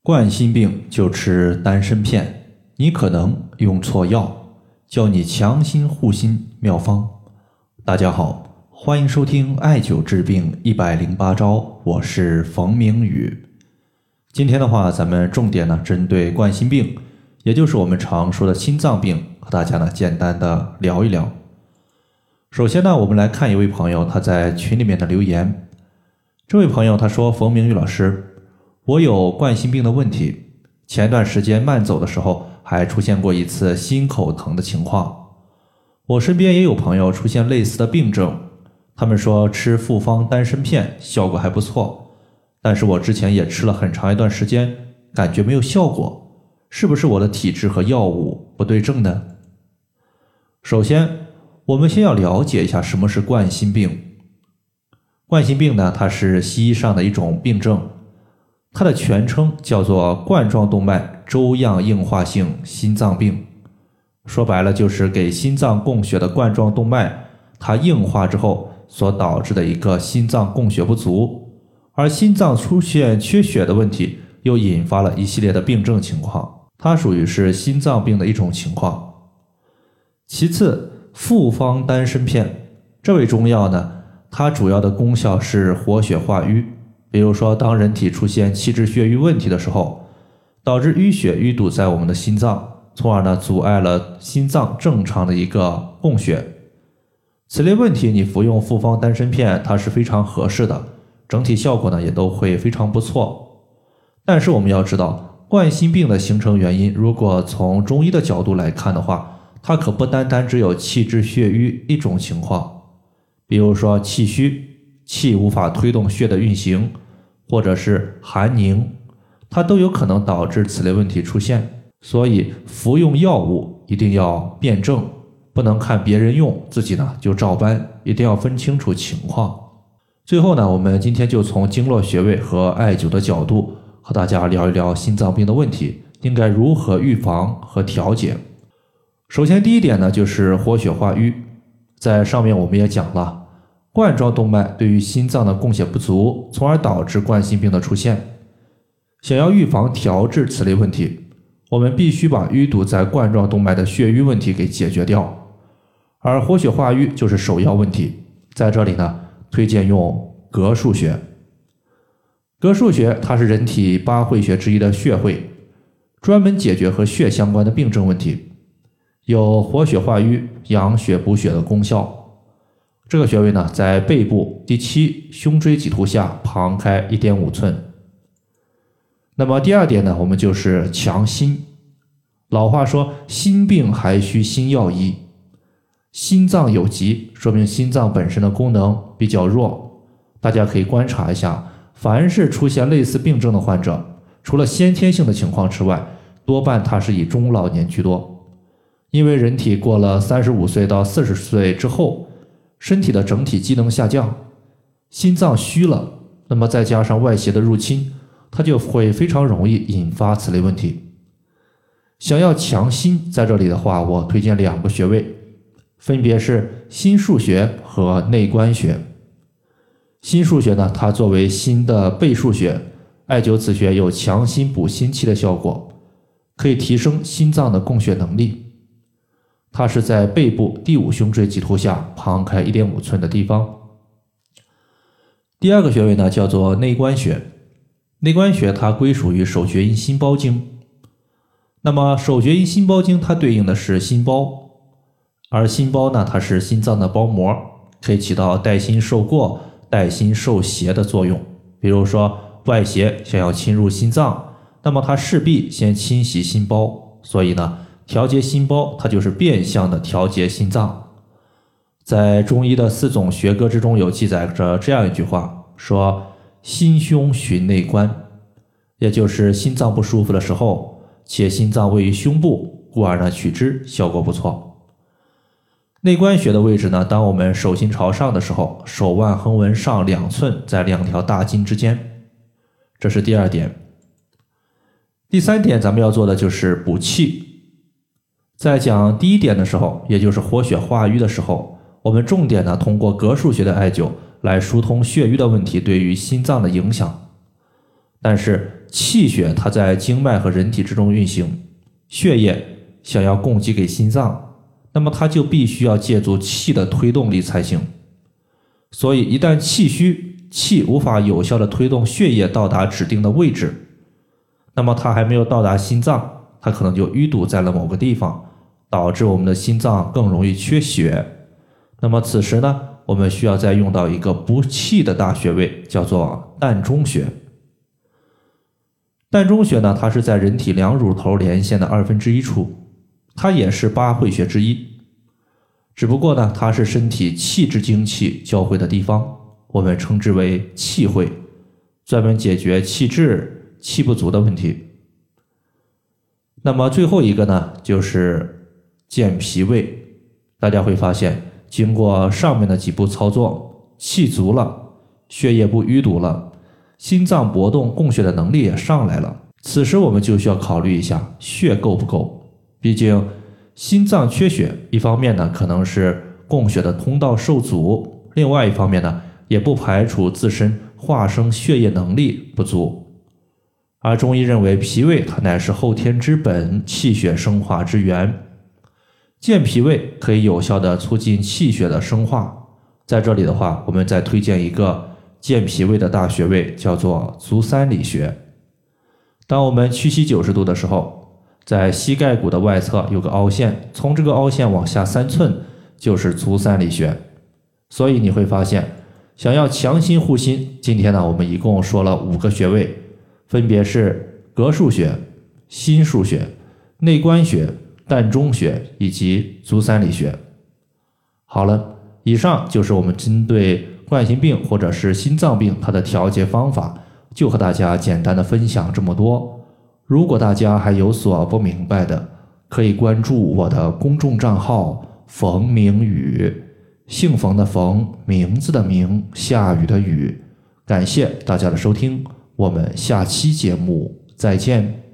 冠心病就吃丹参片，你可能用错药，教你强心护心妙方。大家好，欢迎收听艾灸治病108招，我是冯明宇。今天的话，咱们重点针对冠心病，也就是我们常说的心脏病，和大家简单的聊一聊。首先我们来看一位朋友他在群里面的留言。这位朋友他说，冯明宇老师，我有冠心病的问题，前段时间慢走的时候还出现过一次心口疼的情况。我身边也有朋友出现类似的病症，他们说吃复方丹参片效果还不错，但是我之前也吃了很长一段时间，感觉没有效果，是不是我的体质和药物不对症呢？首先我们先要了解一下什么是冠心病。冠心病呢，它是西医上的一种病症，它的全称叫做冠状动脉粥样硬化性心脏病。说白了就是给心脏供血的冠状动脉它硬化之后所导致的一个心脏供血不足，而心脏出现缺血的问题又引发了一系列的病症情况，它属于是心脏病的一种情况。其次，复方丹参片这味中药呢，它主要的功效是活血化瘀，比如说当人体出现气滞血瘀问题的时候，导致淤血淤堵在我们的心脏，从而阻碍了心脏正常的一个供血。此类问题你服用复方丹参片它是非常合适的，整体效果也都会非常不错。但是我们要知道，冠心病的形成原因如果从中医的角度来看的话，它可不单单只有气滞血瘀一种情况，比如说气虚，气无法推动血的运行，或者是寒凝，它都有可能导致此类问题出现。所以服用药物一定要辩证，不能看别人用自己就照搬，一定要分清楚情况。最后我们今天就从经络穴位和艾灸的角度和大家聊一聊心脏病的问题应该如何预防和调节。首先第一点就是活血化瘀。在上面我们也讲了，冠状动脉对于心脏的供血不足，从而导致冠心病的出现。想要预防调治此类问题，我们必须把淤堵在冠状动脉的血瘀问题给解决掉，而活血化瘀就是首要问题。在这里推荐用膈腧穴。膈腧穴它是人体8会穴之一的穴会，专门解决和血相关的病症问题，有活血化瘀、养血补血的功效。这个穴位在背部第7胸椎棘突下旁开 1.5 寸。那么第二点我们就是强心。老话说心病还需心药医，心脏有疾说明心脏本身的功能比较弱。大家可以观察一下，凡是出现类似病症的患者，除了先天性的情况之外，多半它是以中老年居多。因为人体过了35岁到40岁之后，身体的整体机能下降，心脏虚了，那么再加上外邪的入侵，它就会非常容易引发此类问题。想要强心，在这里的话，我推荐2个穴位，分别是心腧穴和内关穴。心腧穴它作为心的背腧穴，艾灸此穴有强心补心气的效果，可以提升心脏的供血能力。它是在背部第5胸椎棘突下旁开 1.5 寸的地方。第二个穴位叫做内关穴。内关穴它归属于手厥阴心包经。那么手厥阴心包经它对应的是心包，而心包它是心脏的包膜，可以起到带心受过、带心受邪的作用。比如说外邪想要侵入心脏，那么它势必先侵袭心包，所以调节心包它就是变相的调节心脏。在中医的4种学科之中有记载着这样一句话，说心胸循内关，也就是心脏不舒服的时候，且心脏位于胸部，故而取之效果不错。内关穴的位置当我们手心朝上的时候，手腕横纹上2寸，在2条大筋之间。这是第2点。第3点咱们要做的就是补气。在讲第1点的时候，也就是活血化瘀的时候，我们重点通过膈腧穴的艾灸来疏通血瘀的问题对于心脏的影响。但是气血它在经脉和人体之中运行，血液想要供给给心脏，那么它就必须要借助气的推动力才行。所以一旦气虚，气无法有效的推动血液到达指定的位置，那么它还没有到达心脏，它可能就淤堵在了某个地方，导致我们的心脏更容易缺血。那么此时呢，我们需要再用到一个补气的大穴位，叫做膻中穴。膻中穴呢，它是在人体两乳头连线的1/2处，它也是8会穴之一。只不过呢，它是身体气之精气交汇的地方，我们称之为气会，专门解决气滞、气不足的问题。那么最后一个呢，就是健脾胃。大家会发现，经过上面的几步操作，气足了，血液不淤堵了，心脏搏动供血的能力也上来了。此时我们就需要考虑一下血够不够。毕竟心脏缺血，一方面呢可能是供血的通道受阻，另外一方面呢也不排除自身化生血液能力不足。而中医认为脾胃它乃是后天之本，气血生化之源，健脾胃可以有效的促进气血的生化。在这里的话，我们再推荐一个健脾胃的大穴位，叫做足三里穴。当我们屈膝90度的时候，在膝盖骨的外侧有个凹陷，从这个凹陷往下3寸就是足三里穴。所以你会发现，想要强心护心，今天呢我们一共说了5个穴位，分别是膈腧穴、心腧穴、内关穴、膻中穴以及足三里穴。好了，以上就是我们针对冠心病或者是心脏病它的调节方法，就和大家简单的分享这么多。如果大家还有所不明白的，可以关注我的公众账号冯明宇，姓冯的冯，名字的名，下雨的雨。感谢大家的收听，我们下期节目再见。